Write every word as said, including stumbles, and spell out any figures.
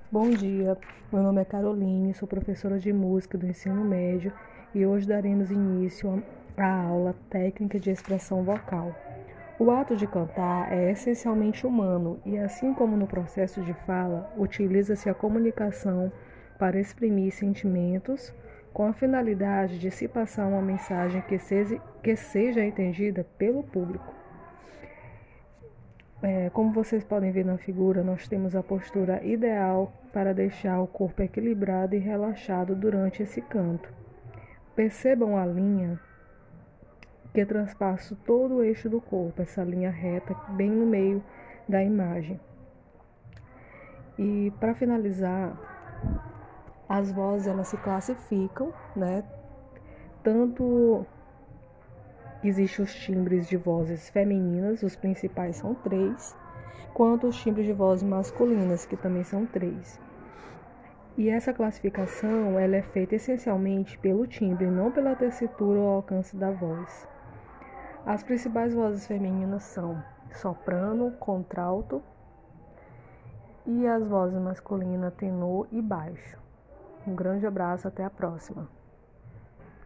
Bom dia, meu nome é Caroline, sou professora de música do ensino médio e hoje daremos início à aula técnica de expressão vocal. O ato de cantar é essencialmente humano e, assim como no processo de fala, utiliza-se a comunicação para exprimir sentimentos com a finalidade de se passar uma mensagem que seja, que seja entendida pelo público. É, como vocês podem ver na figura, nós temos a postura ideal para deixar o corpo equilibrado e relaxado durante esse canto. Percebam a linha que transpassa todo o eixo do corpo, essa linha reta bem no meio da imagem. E para finalizar, as vozes elas se classificam, né? Tanto existem os timbres de vozes femininas, os principais são três, quanto os timbres de vozes masculinas, que também são três. E essa classificação ela é feita essencialmente pelo timbre, não pela tessitura ou alcance da voz. As principais vozes femininas são soprano, contralto e as vozes masculinas tenor e baixo. Um grande abraço, até a próxima.